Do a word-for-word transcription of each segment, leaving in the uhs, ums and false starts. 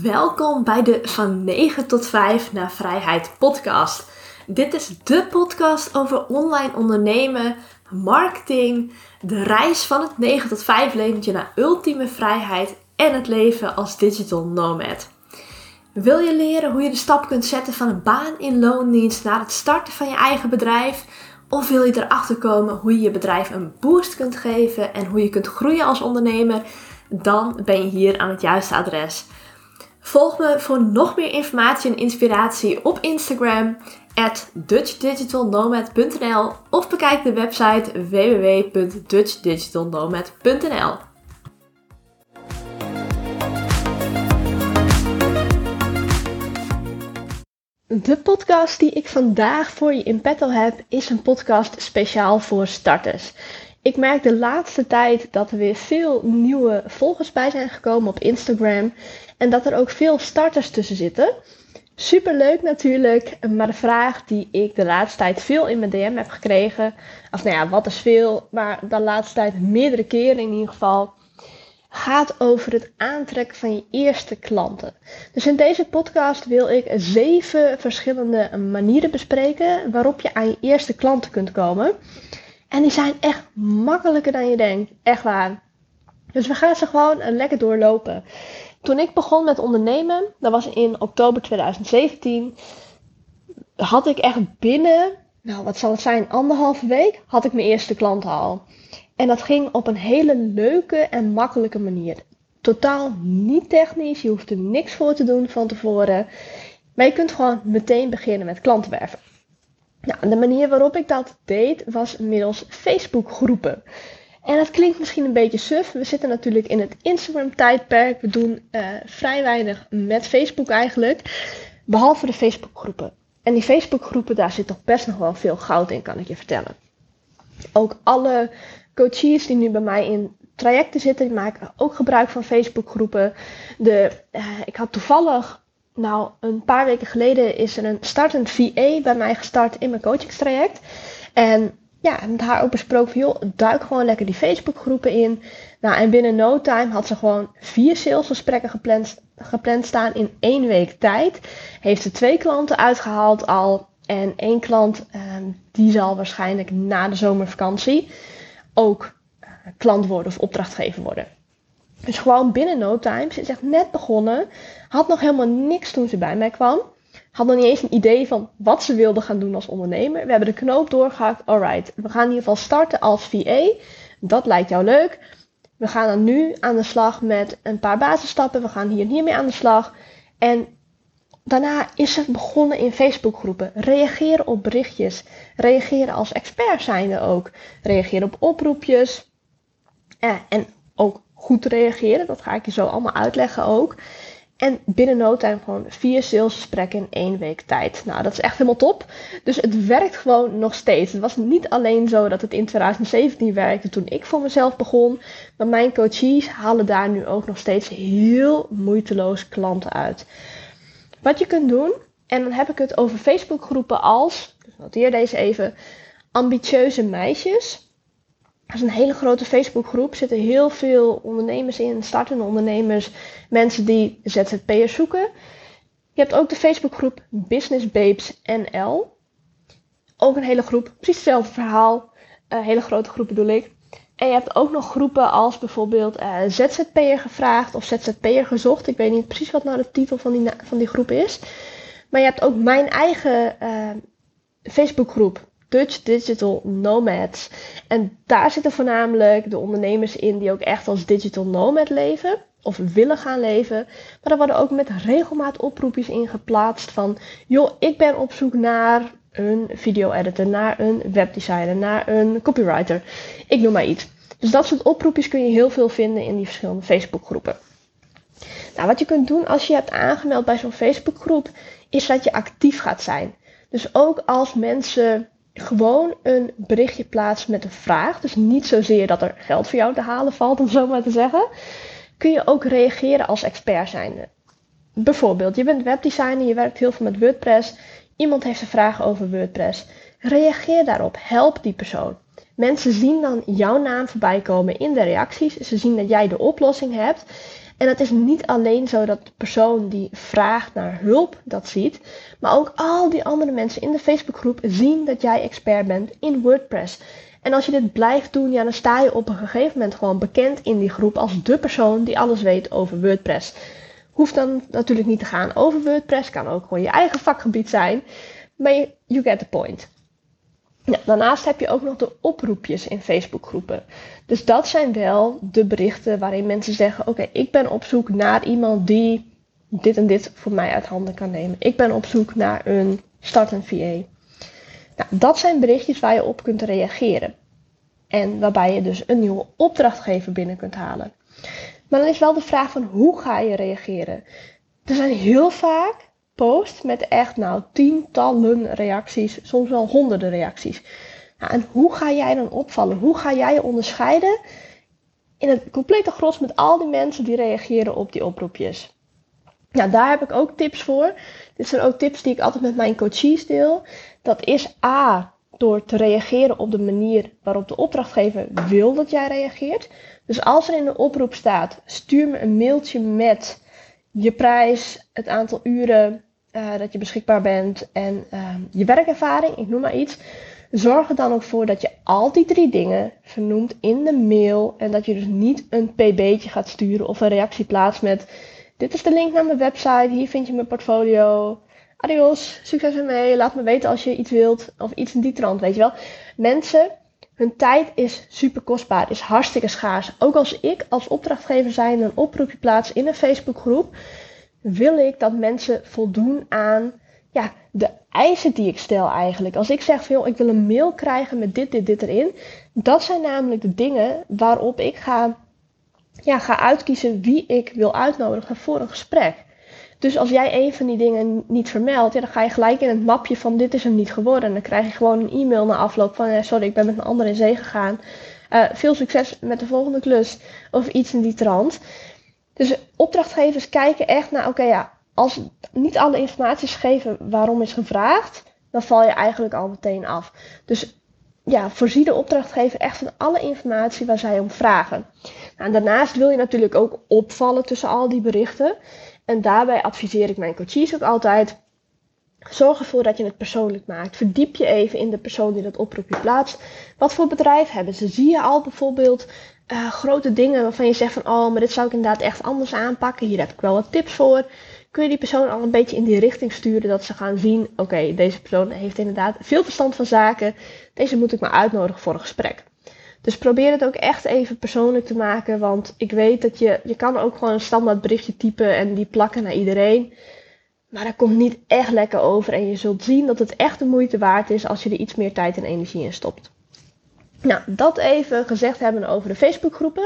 Welkom bij de Van negen tot vijf naar Vrijheid podcast. Dit is de podcast over online ondernemen, marketing, de reis van het negen tot vijf leventje naar ultieme vrijheid en het leven als digital nomad. Wil je leren hoe je de stap kunt zetten van een baan in loondienst naar het starten van je eigen bedrijf? Of wil je erachter komen hoe je je bedrijf een boost kunt geven en hoe je kunt groeien als ondernemer? Dan ben je hier aan het juiste adres. Volg me voor nog meer informatie en inspiratie op Instagram at dutch digital nomad punt n l of bekijk de website w w w punt dutch digital nomad punt n l. De podcast die ik vandaag voor je in petto heb is een podcast speciaal voor starters. Ik merk de laatste tijd dat er weer veel nieuwe volgers bij zijn gekomen op Instagram. En dat er ook veel starters tussen zitten. Superleuk natuurlijk, maar de vraag die ik de laatste tijd veel in mijn D M heb gekregen. Of nou ja, wat is veel, maar de laatste tijd meerdere keren in ieder geval. Gaat over het aantrekken van je eerste klanten. Dus in deze podcast wil ik zeven verschillende manieren bespreken waarop je aan je eerste klanten kunt komen. En die zijn echt makkelijker dan je denkt. Echt waar. Dus we gaan ze gewoon lekker doorlopen. Toen ik begon met ondernemen, dat was in oktober tweeduizend zeventien, had ik echt binnen, nou wat zal het zijn, anderhalve week, had ik mijn eerste klant al. En dat ging op een hele leuke en makkelijke manier. Totaal niet technisch, je hoeft er niks voor te doen van tevoren. Maar je kunt gewoon meteen beginnen met klantenwerven. Nou, de manier waarop ik dat deed was middels Facebook groepen. En dat klinkt misschien een beetje suf. We zitten natuurlijk in het Instagram tijdperk. We doen uh, vrij weinig met Facebook eigenlijk. Behalve de Facebook groepen. En die Facebook groepen, daar zit toch best nog wel veel goud in, kan ik je vertellen. Ook alle coaches die nu bij mij in trajecten zitten, die maken ook gebruik van Facebook groepen. De, uh, ik had toevallig, nou een paar weken geleden is er een startend V A bij mij gestart in mijn coachingstraject. En ja, met haar ook besproken van, joh, duik gewoon lekker die Facebook groepen in. Nou, en binnen no time had ze gewoon vier salesgesprekken gepland, gepland staan in één week tijd. Heeft ze twee klanten uitgehaald al. En één klant, eh, die zal waarschijnlijk na de zomervakantie ook uh, klant worden of opdrachtgever worden. Dus gewoon binnen no time. Ze is echt net begonnen. Had nog helemaal niks toen ze bij mij kwam. Had nog niet eens een idee van wat ze wilde gaan doen als ondernemer. We hebben de knoop doorgehakt. Alright, we gaan in ieder geval starten als V A. Dat lijkt jou leuk. We gaan dan nu aan de slag met een paar basisstappen. We gaan hier en hiermee aan de slag. En daarna is ze begonnen in Facebookgroepen. Reageren op berichtjes. Reageren als expert zijnde ook. Reageren op oproepjes. Eh, en ook goed reageren. Dat ga ik je zo allemaal uitleggen ook. En binnen no time gewoon vier salesgesprekken in één week tijd. Nou, dat is echt helemaal top. Dus het werkt gewoon nog steeds. Het was niet alleen zo dat het in tweeduizend zeventien werkte toen ik voor mezelf begon. Maar mijn coaches halen daar nu ook nog steeds heel moeiteloos klanten uit. Wat je kunt doen, en dan heb ik het over Facebookgroepen als, dus noteer deze even, ambitieuze meisjes. Dat is een hele grote Facebookgroep. Er zitten heel veel ondernemers in, startende ondernemers, mensen die Z Z P'ers zoeken. Je hebt ook de Facebookgroep Business Babes N L. Ook een hele groep, precies hetzelfde verhaal. Een hele grote groep bedoel ik. En je hebt ook nog groepen als bijvoorbeeld uh, Z Z P'er gevraagd of Z Z P'er gezocht. Ik weet niet precies wat nou de titel van die, van die groep is. Maar je hebt ook mijn eigen uh, Facebookgroep. Dutch Digital Nomads. En daar zitten voornamelijk de ondernemers in die ook echt als digital nomad leven. Of willen gaan leven. Maar er worden ook met regelmaat oproepjes in geplaatst van, joh, ik ben op zoek naar een video-editor, naar een webdesigner, naar een copywriter. Ik noem maar iets. Dus dat soort oproepjes kun je heel veel vinden in die verschillende Facebookgroepen. Nou, wat je kunt doen als je hebt aangemeld bij zo'n Facebookgroep, is dat je actief gaat zijn. Dus ook als mensen gewoon een berichtje plaatsen met een vraag, dus niet zozeer dat er geld voor jou te halen valt, om zo maar te zeggen, kun je ook reageren als expert zijnde. Bijvoorbeeld, je bent webdesigner, je werkt heel veel met WordPress, iemand heeft een vraag over WordPress. Reageer daarop, help die persoon. Mensen zien dan jouw naam voorbij komen in de reacties, ze zien dat jij de oplossing hebt En het is niet alleen zo dat de persoon die vraagt naar hulp dat ziet, maar ook al die andere mensen in de Facebookgroep zien dat jij expert bent in WordPress. En als je dit blijft doen, ja, dan sta je op een gegeven moment gewoon bekend in die groep als de persoon die alles weet over WordPress. Hoeft dan natuurlijk niet te gaan over WordPress, kan ook gewoon je eigen vakgebied zijn, maar you get the point. Ja, daarnaast heb je ook nog de oproepjes in Facebookgroepen. Dus dat zijn wel de berichten waarin mensen zeggen, oké, okay, ik ben op zoek naar iemand die dit en dit voor mij uit handen kan nemen. Ik ben op zoek naar een startend V A. Nou, dat zijn berichtjes waar je op kunt reageren. En waarbij je dus een nieuwe opdrachtgever binnen kunt halen. Maar dan is wel de vraag van hoe ga je reageren? Er zijn heel vaak posts met echt nou tientallen reacties, soms wel honderden reacties. Nou, en hoe ga jij dan opvallen? Hoe ga jij je onderscheiden in het complete gros met al die mensen die reageren op die oproepjes? Nou, daar heb ik ook tips voor. Dit zijn ook tips die ik altijd met mijn coaches deel. Dat is A, door te reageren op de manier waarop de opdrachtgever wil dat jij reageert. Dus als er in de oproep staat, stuur me een mailtje met je prijs, het aantal uren uh, dat je beschikbaar bent en uh, je werkervaring, ik noem maar iets. Zorg er dan ook voor dat je al die drie dingen vernoemt in de mail en dat je dus niet een pb'tje gaat sturen of een reactie plaatst met dit is de link naar mijn website, hier vind je mijn portfolio. Adios, succes ermee, laat me weten als je iets wilt of iets in die trant, weet je wel. Mensen, hun tijd is super kostbaar, is hartstikke schaars. Ook als ik als opdrachtgever zijn een oproepje plaats in een Facebookgroep, wil ik dat mensen voldoen aan ja, de eisen die ik stel eigenlijk. Als ik zeg, joh, ik wil een mail krijgen met dit, dit, dit erin. Dat zijn namelijk de dingen waarop ik ga, ja, ga uitkiezen wie ik wil uitnodigen voor een gesprek. Dus als jij een van die dingen niet vermeldt, ja, dan ga je gelijk in het mapje van dit is hem niet geworden. En dan krijg je gewoon een e-mail na afloop van eh, sorry, ik ben met een ander in zee gegaan. Uh, veel succes met de volgende klus. Of iets in die trant. Dus opdrachtgevers kijken echt naar, oké okay, ja, als niet alle informatie is gegeven waarom is gevraagd, dan val je eigenlijk al meteen af. Dus ja, voorzie de opdrachtgever echt van alle informatie waar zij om vragen. Nou, en daarnaast wil je natuurlijk ook opvallen tussen al die berichten. En daarbij adviseer ik mijn coaches ook altijd, zorg ervoor dat je het persoonlijk maakt. Verdiep je even in de persoon die dat oproepje plaatst. Wat voor bedrijf hebben ze? Zie je al bijvoorbeeld uh, grote dingen waarvan je zegt van, oh, maar dit zou ik inderdaad echt anders aanpakken. Hier heb ik wel wat tips voor. Kun je die persoon al een beetje in die richting sturen dat ze gaan zien, oké, okay, deze persoon heeft inderdaad veel verstand van zaken. Deze moet ik maar uitnodigen voor een gesprek. Dus probeer het ook echt even persoonlijk te maken, want ik weet dat je, je kan ook gewoon een standaard berichtje typen en die plakken naar iedereen. Maar dat komt niet echt lekker over en je zult zien dat het echt de moeite waard is als je er iets meer tijd en energie in stopt. Nou, dat even gezegd hebben over de Facebookgroepen.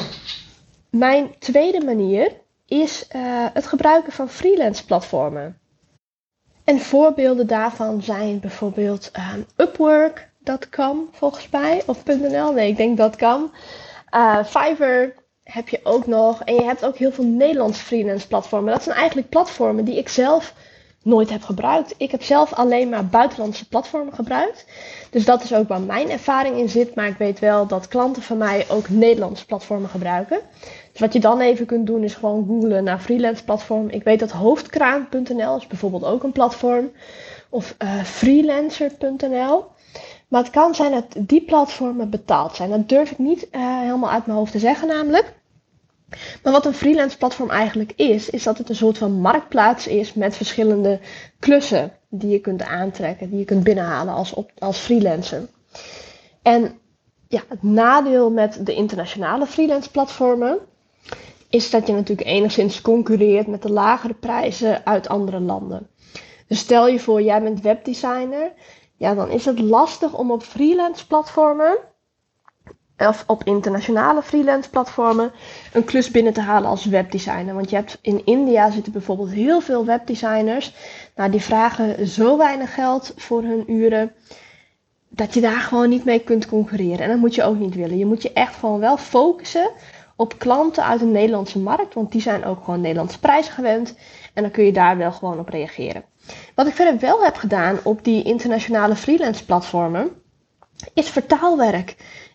Mijn tweede manier is uh, het gebruiken van freelance platformen. En voorbeelden daarvan zijn bijvoorbeeld um, Upwork. .com volgens mij, of .nl, nee, ik denk .com. Uh, Fiverr heb je ook nog. En je hebt ook heel veel Nederlandse freelance platformen. Dat zijn eigenlijk platformen die ik zelf nooit heb gebruikt. Ik heb zelf alleen maar buitenlandse platformen gebruikt. Dus dat is ook waar mijn ervaring in zit. Maar ik weet wel dat klanten van mij ook Nederlandse platformen gebruiken. Dus wat je dan even kunt doen is gewoon googlen naar freelance platform. Ik weet dat hoofdkraan punt n l is bijvoorbeeld ook een platform. Of uh, freelancer punt n l. Maar het kan zijn dat die platformen betaald zijn. Dat durf ik niet uh, helemaal uit mijn hoofd te zeggen namelijk. Maar wat een freelance platform eigenlijk is, is dat het een soort van marktplaats is met verschillende klussen die je kunt aantrekken, die je kunt binnenhalen als, op, als freelancer. En ja, het nadeel met de internationale freelance platformen is dat je natuurlijk enigszins concurreert met de lagere prijzen uit andere landen. Dus stel je voor, jij bent webdesigner. Ja, dan is het lastig om op freelance platformen of op internationale freelance platformen een klus binnen te halen als webdesigner. Want je hebt in India zitten bijvoorbeeld heel veel webdesigners. Nou, die vragen zo weinig geld voor hun uren dat je daar gewoon niet mee kunt concurreren. En dat moet je ook niet willen. Je moet je echt gewoon wel focussen op klanten uit de Nederlandse markt, want die zijn ook gewoon Nederlandse prijzen gewend. En dan kun je daar wel gewoon op reageren. Wat ik verder wel heb gedaan op die internationale freelance platformen, is vertaalwerk.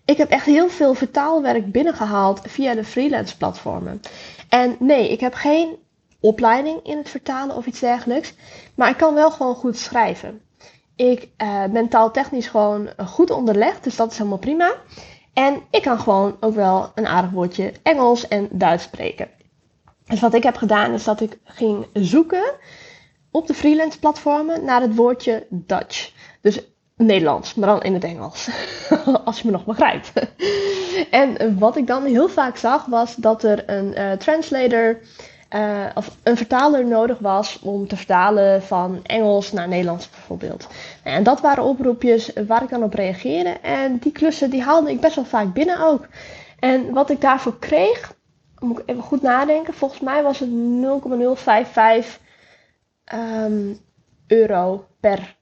Ik heb echt heel veel vertaalwerk binnengehaald via de freelance platformen. En nee, ik heb geen opleiding in het vertalen of iets dergelijks. Maar ik kan wel gewoon goed schrijven. Ik uh, ben taaltechnisch gewoon goed onderlegd, dus dat is helemaal prima. En ik kan gewoon ook wel een aardig woordje Engels en Duits spreken. Dus wat ik heb gedaan is dat ik ging zoeken op de freelance platformen naar het woordje Dutch. Dus Nederlands, maar dan in het Engels. Als je me nog begrijpt. En wat ik dan heel vaak zag was dat er een uh, translator uh, of een vertaler nodig was om te vertalen van Engels naar Nederlands bijvoorbeeld. En dat waren oproepjes waar ik dan op reageerde. En die klussen die haalde ik best wel vaak binnen ook. En wat ik daarvoor kreeg, moet ik even goed nadenken. Volgens mij was het nul komma nul vijf vijf um, euro per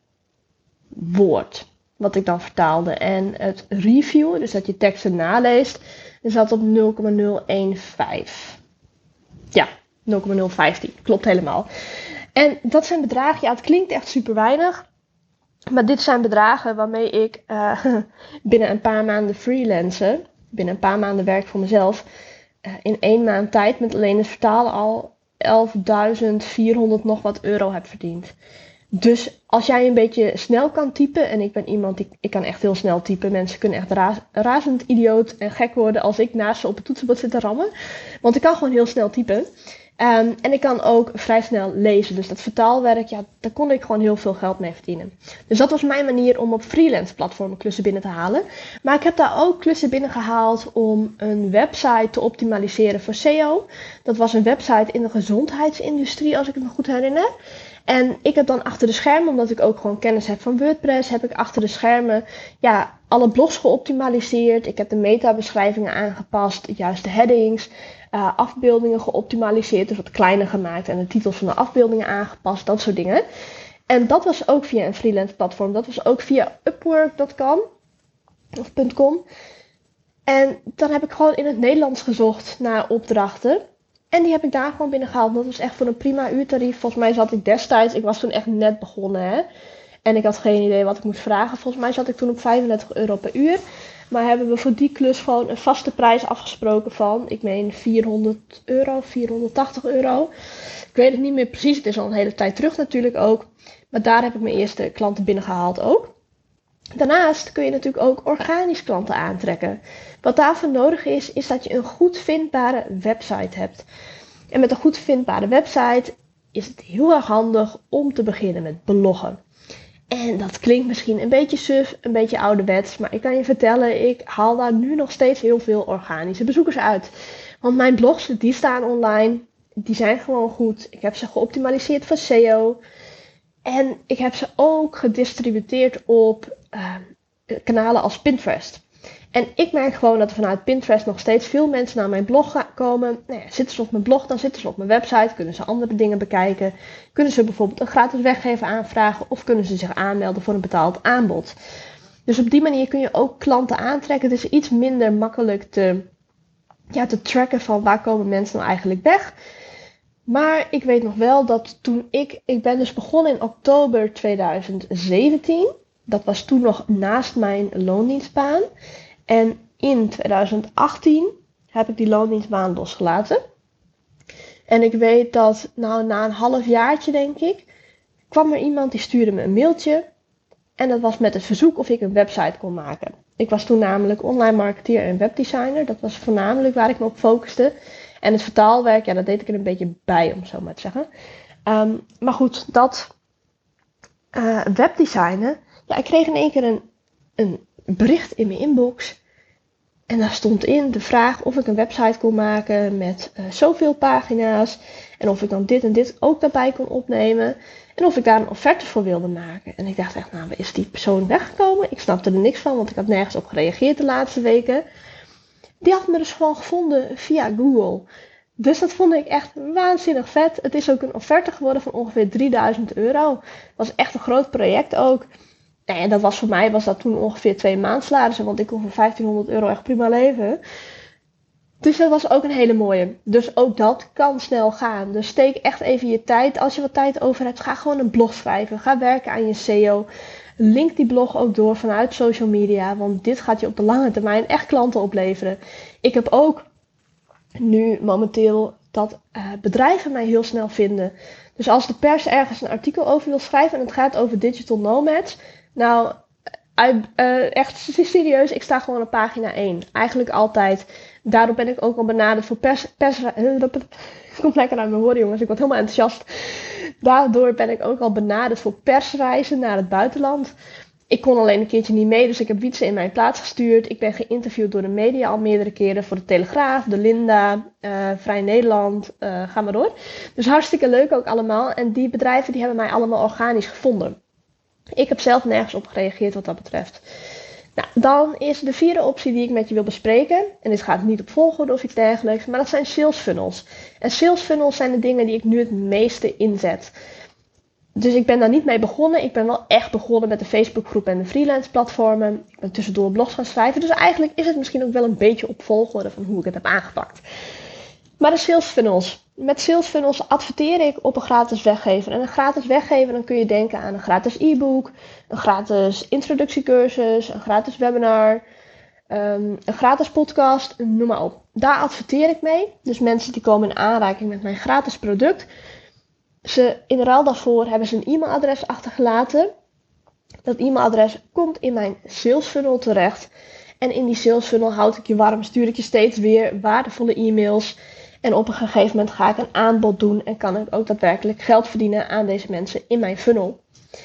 woord. Wat ik dan vertaalde. En het review, dus dat je teksten naleest, zat op nul komma nul een vijf. Ja, nul komma nul vijftien. Klopt helemaal. En dat zijn bedragen, ja, het klinkt echt super weinig. Maar dit zijn bedragen waarmee ik uh, binnen een paar maanden freelancen, binnen een paar maanden werk voor mezelf, uh, in één maand tijd met alleen het vertalen al elfduizend vierhonderd nog wat euro heb verdiend. Dus als jij een beetje snel kan typen, en ik ben iemand die, ik kan echt heel snel typen. Mensen kunnen echt raz, razend idioot en gek worden als ik naast ze op het toetsenbord zit te rammen. Want ik kan gewoon heel snel typen. Um, en ik kan ook vrij snel lezen. Dus dat vertaalwerk, ja, daar kon ik gewoon heel veel geld mee verdienen. Dus dat was mijn manier om op freelance platformen klussen binnen te halen. Maar ik heb daar ook klussen binnengehaald om een website te optimaliseren voor S E O. Dat was een website in de gezondheidsindustrie, als ik het me goed herinner. En ik heb dan achter de schermen, omdat ik ook gewoon kennis heb van WordPress, heb ik achter de schermen ja, alle blogs geoptimaliseerd. Ik heb de meta-beschrijvingen aangepast, de juiste headings, uh, afbeeldingen geoptimaliseerd, dus wat kleiner gemaakt en de titels van de afbeeldingen aangepast, dat soort dingen. En dat was ook via een freelance platform, dat was ook via upwork punt com of .com. En dan heb ik gewoon in het Nederlands gezocht naar opdrachten. En die heb ik daar gewoon binnengehaald. Dat was echt voor een prima uurtarief. Volgens mij zat ik destijds, ik was toen echt net begonnen, hè. En ik had geen idee wat ik moest vragen. Volgens mij zat ik toen op vijfendertig euro per uur. Maar hebben we voor die klus gewoon een vaste prijs afgesproken van, ik meen vierhonderd euro, vierhonderdtachtig euro. Ik weet het niet meer precies, het is al een hele tijd terug natuurlijk ook. Maar daar heb ik mijn eerste klanten binnengehaald ook. Daarnaast kun je natuurlijk ook organisch klanten aantrekken. Wat daarvoor nodig is, is dat je een goed vindbare website hebt. En met een goed vindbare website is het heel erg handig om te beginnen met bloggen. En dat klinkt misschien een beetje suf, een beetje ouderwets, maar ik kan je vertellen, ik haal daar nu nog steeds heel veel organische bezoekers uit. Want mijn blogs, die staan online, die zijn gewoon goed. Ik heb ze geoptimaliseerd voor S E O. En ik heb ze ook gedistributeerd op uh, kanalen als Pinterest. En ik merk gewoon dat er vanuit Pinterest nog steeds veel mensen naar mijn blog gaan komen. Nou ja, zitten ze op mijn blog, dan zitten ze op mijn website. Kunnen ze andere dingen bekijken. Kunnen ze bijvoorbeeld een gratis weggever aanvragen. Of kunnen ze zich aanmelden voor een betaald aanbod. Dus op die manier kun je ook klanten aantrekken. Het is iets minder makkelijk te, ja, te tracken van waar komen mensen nou eigenlijk weg. Maar ik weet nog wel dat toen ik, ik ben dus begonnen in oktober tweeduizend zeventien. Dat was toen nog naast mijn loondienstbaan. En in tweeduizend achttien heb ik die loondienstbaan losgelaten. En ik weet dat, nou na een half jaartje denk ik, kwam er iemand die stuurde me een mailtje. En dat was met het verzoek of ik een website kon maken. Ik was toen namelijk online marketeer en webdesigner. Dat was voornamelijk waar ik me op focuste. En het vertaalwerk, ja, dat deed ik er een beetje bij, om zo maar te zeggen. Um, maar goed, dat uh, webdesignen. Ja, ik kreeg in één keer een, een bericht in mijn inbox. En daar stond in de vraag of ik een website kon maken met uh, zoveel pagina's. En of ik dan dit en dit ook daarbij kon opnemen. En of ik daar een offerte voor wilde maken. En ik dacht echt, nou, is die persoon weggekomen? Ik snapte er niks van, want ik had nergens op gereageerd de laatste weken. Die had me dus gewoon gevonden via Google. Dus dat vond ik echt waanzinnig vet. Het is ook een offerte geworden van ongeveer drieduizend euro. Dat was echt een groot project ook. En dat was voor mij was dat toen ongeveer twee maandsalarissen. Want ik kon voor vijftienhonderd euro echt prima leven. Dus dat was ook een hele mooie. Dus ook dat kan snel gaan. Dus steek echt even je tijd. Als je wat tijd over hebt, ga gewoon een blog schrijven. Ga werken aan je S E O. Link die blog ook door vanuit social media, want dit gaat je op de lange termijn echt klanten opleveren. Ik heb ook nu momenteel dat uh, bedrijven mij heel snel vinden. Dus als de pers ergens een artikel over wil schrijven en het gaat over digital nomads, nou, uh, uh, echt serieus, ik sta gewoon op pagina één. Eigenlijk altijd. Daardoor ben ik ook al benaderd voor pers... pers ik kom lekker uit mijn woorden, jongens. Ik word helemaal enthousiast. Daardoor ben ik ook al benaderd voor persreizen naar het buitenland. Ik kon alleen een keertje niet mee, dus ik heb Wietse in mijn plaats gestuurd. Ik ben geïnterviewd door de media al meerdere keren. Voor de Telegraaf, de Linda, uh, Vrij Nederland, uh, ga maar door. Dus hartstikke leuk ook allemaal. En die bedrijven die hebben mij allemaal organisch gevonden. Ik heb zelf nergens op gereageerd wat dat betreft. Nou, dan is de vierde optie die ik met je wil bespreken. En dit gaat niet op volgorde of iets dergelijks. Maar dat zijn sales funnels. En sales funnels zijn de dingen die ik nu het meeste inzet. Dus ik ben daar niet mee begonnen. Ik ben wel echt begonnen met de Facebookgroep en de freelance platformen. Ik ben tussendoor blogs gaan schrijven. Dus eigenlijk is het misschien ook wel een beetje op volgorde van hoe ik het heb aangepakt. Maar de sales funnels. Met sales funnels adverteer ik op een gratis weggever. En een gratis weggever, dan kun je denken aan een gratis e-book, een gratis introductiecursus, een gratis webinar, um, een gratis podcast, noem maar op. Daar adverteer ik mee. Dus mensen die komen in aanraking met mijn gratis product. Ze, in ruil daarvoor hebben ze een e-mailadres achtergelaten. Dat e-mailadres komt in mijn sales funnel terecht. En in die sales funnel houd ik je warm, stuur ik je steeds weer waardevolle e-mails. En op een gegeven moment ga ik een aanbod doen en kan ik ook daadwerkelijk geld verdienen aan deze mensen in mijn funnel.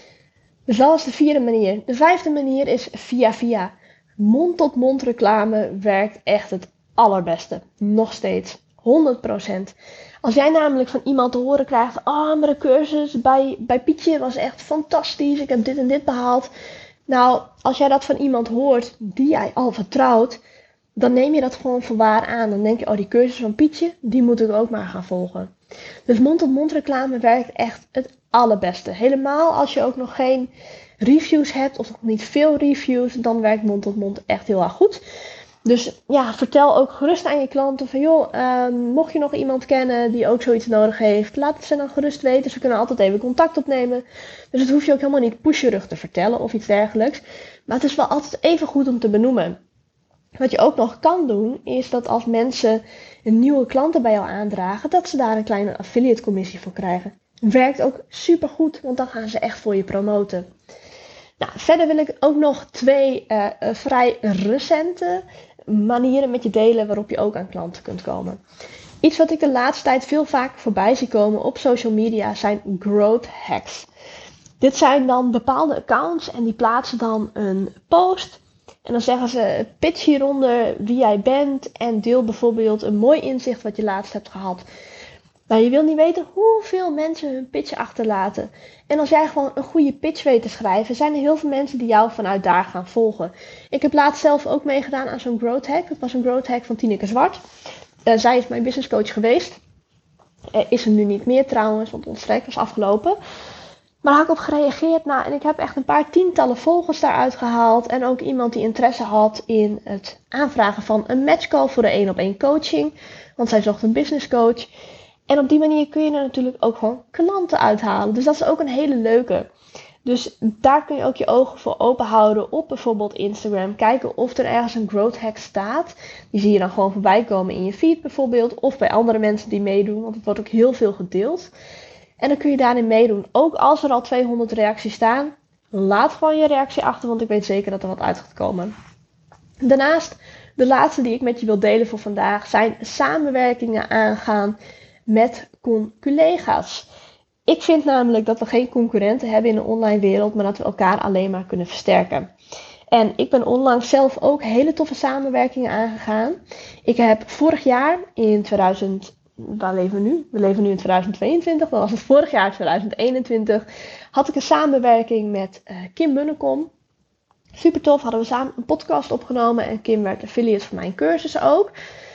Dus dat is de vierde manier. De vijfde manier is via via. Mond-tot-mond reclame werkt echt het allerbeste. Nog steeds. honderd procent. Als jij namelijk van iemand te horen krijgt, oh, maar de cursus bij, bij Pietje was echt fantastisch, ik heb dit en dit behaald. Nou, als jij dat van iemand hoort die jij al vertrouwt, dan neem je dat gewoon voor waar aan. Dan denk je, oh, die cursus van Pietje, die moet ik ook maar gaan volgen. Dus mond-tot-mond reclame werkt echt het allerbeste. Helemaal als je ook nog geen reviews hebt of nog niet veel reviews, dan werkt mond-tot-mond echt heel erg goed. Dus ja, vertel ook gerust aan je klanten van joh, uh, mocht je nog iemand kennen die ook zoiets nodig heeft, laat het ze dan gerust weten. Ze kunnen altijd even contact opnemen. Dus dat hoef je ook helemaal niet pusherig te vertellen of iets dergelijks. Maar het is wel altijd even goed om te benoemen. Wat je ook nog kan doen, is dat als mensen een nieuwe klanten bij jou aandragen, dat ze daar een kleine affiliate commissie voor krijgen. Werkt ook super goed, want dan gaan ze echt voor je promoten. Nou, verder wil ik ook nog twee uh, uh, vrij recente manieren met je delen waarop je ook aan klanten kunt komen. Iets wat ik de laatste tijd veel vaker voorbij zie komen op social media zijn growth hacks. Dit zijn dan bepaalde accounts en die plaatsen dan een post. En dan zeggen ze, pitch hieronder wie jij bent en deel bijvoorbeeld een mooi inzicht wat je laatst hebt gehad. Nou, je wil niet weten hoeveel mensen hun pitch achterlaten. En als jij gewoon een goede pitch weet te schrijven, zijn er heel veel mensen die jou vanuit daar gaan volgen. Ik heb laatst zelf ook meegedaan aan zo'n growth hack. Dat was een growth hack van Tineke Zwart. Uh, zij is mijn business coach geweest. Uh, is er nu niet meer trouwens, want ons traject was afgelopen. Maar daar heb ik op gereageerd. Nou, en ik heb echt een paar tientallen volgers daaruit gehaald. En ook iemand die interesse had in het aanvragen van een matchcall voor de één op één coaching. Want zij zocht een business coach. En op die manier kun je er natuurlijk ook gewoon klanten uithalen. Dus dat is ook een hele leuke. Dus daar kun je ook je ogen voor open houden op bijvoorbeeld Instagram. Kijken of er ergens een growth hack staat. Die zie je dan gewoon voorbij komen in je feed bijvoorbeeld. Of bij andere mensen die meedoen. Want het wordt ook heel veel gedeeld. En dan kun je daarin meedoen. Ook als er al tweehonderd reacties staan. Laat gewoon je reactie achter. Want ik weet zeker dat er wat uit gaat komen. Daarnaast, de laatste die ik met je wil delen voor vandaag. Zijn samenwerkingen aangaan met collega's. Ik vind namelijk dat we geen concurrenten hebben in de online wereld, maar dat we elkaar alleen maar kunnen versterken. En ik ben onlangs zelf ook hele toffe samenwerkingen aangegaan. Ik heb vorig jaar in tweeduizend, waar leven we nu? We leven nu in tweeduizend tweeëntwintig, dan was het vorig jaar tweeduizend eenentwintig, had ik een samenwerking met uh, Kim Munnekom. Super tof, hadden we samen een podcast opgenomen en Kim werd affiliate van mijn cursus ook.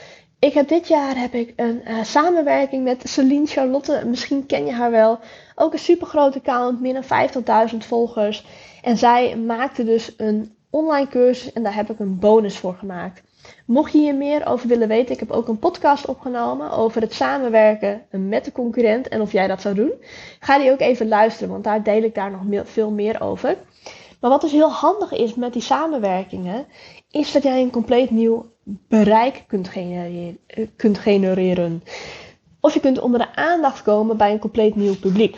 Ik heb dit jaar heb ik een uh, samenwerking met Celine Charlotte. Misschien ken je haar wel. Ook een super groot account, meer dan vijftigduizend volgers. En zij maakte dus een online cursus en daar heb ik een bonus voor gemaakt. Mocht je hier meer over willen weten, ik heb ook een podcast opgenomen over het samenwerken met de concurrent en of jij dat zou doen. Ga die ook even luisteren, want daar deel ik daar nog veel meer over. Maar wat dus heel handig is met die samenwerkingen, is dat jij een compleet nieuw bereik kunt genereren. Kunt genereren. Of je kunt onder de aandacht komen bij een compleet nieuw publiek.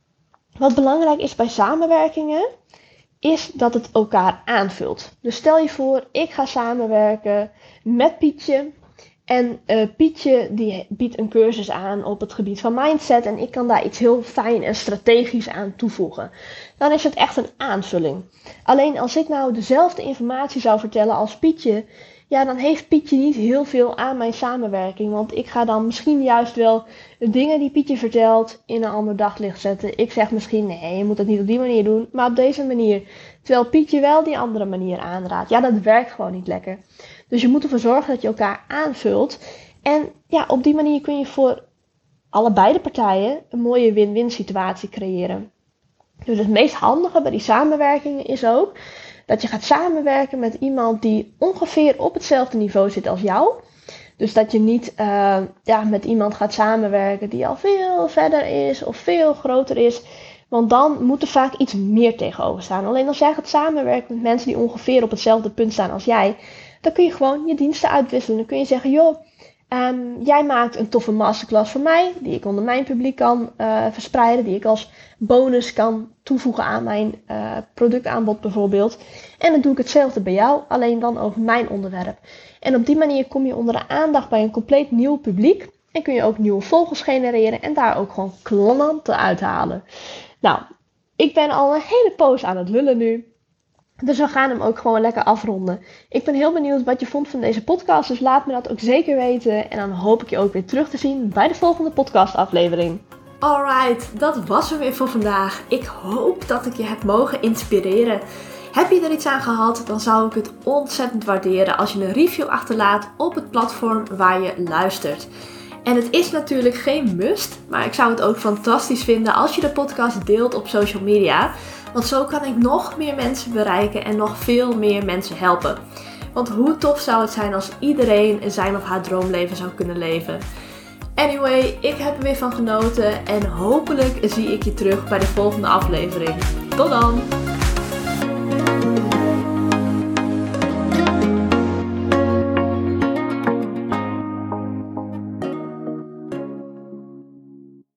Wat belangrijk is bij samenwerkingen, is dat het elkaar aanvult. Dus stel je voor, ik ga samenwerken met Pietje. En uh, Pietje die biedt een cursus aan op het gebied van mindset. En ik kan daar iets heel fijn en strategisch aan toevoegen. Dan is het echt een aanvulling. Alleen als ik nou dezelfde informatie zou vertellen als Pietje, ja, dan heeft Pietje niet heel veel aan mijn samenwerking. Want ik ga dan misschien juist wel de dingen die Pietje vertelt in een ander daglicht zetten. Ik zeg misschien, nee, je moet het niet op die manier doen, maar op deze manier. Terwijl Pietje wel die andere manier aanraadt. Ja, dat werkt gewoon niet lekker. Dus je moet ervoor zorgen dat je elkaar aanvult. En ja, op die manier kun je voor allebei de partijen een mooie win-win situatie creëren. Dus het meest handige bij die samenwerkingen is ook dat je gaat samenwerken met iemand die ongeveer op hetzelfde niveau zit als jou. Dus dat je niet uh, ja, met iemand gaat samenwerken die al veel verder is of veel groter is. Want dan moet er vaak iets meer tegenover staan. Alleen als jij gaat samenwerken met mensen die ongeveer op hetzelfde punt staan als jij, dan kun je gewoon je diensten uitwisselen. Dan kun je zeggen, joh, um, jij maakt een toffe masterclass voor mij, die ik onder mijn publiek kan uh, verspreiden, die ik als bonus kan toevoegen aan mijn uh, productaanbod bijvoorbeeld. En dan doe ik hetzelfde bij jou, alleen dan over mijn onderwerp. En op die manier kom je onder de aandacht bij een compleet nieuw publiek. En kun je ook nieuwe volgers genereren en daar ook gewoon klanten uithalen. Nou, ik ben al een hele poos aan het lullen nu. Dus we gaan hem ook gewoon lekker afronden. Ik ben heel benieuwd wat je vond van deze podcast. Dus laat me dat ook zeker weten. En dan hoop ik je ook weer terug te zien bij de volgende podcastaflevering. Alright, dat was hem weer voor vandaag. Ik hoop dat ik je heb mogen inspireren. Heb je er iets aan gehad, dan zou ik het ontzettend waarderen als je een review achterlaat op het platform waar je luistert. En het is natuurlijk geen must, maar ik zou het ook fantastisch vinden als je de podcast deelt op social media. Want zo kan ik nog meer mensen bereiken en nog veel meer mensen helpen. Want hoe tof zou het zijn als iedereen zijn of haar droomleven zou kunnen leven. Anyway, ik heb er weer van genoten en hopelijk zie ik je terug bij de volgende aflevering. Tot dan!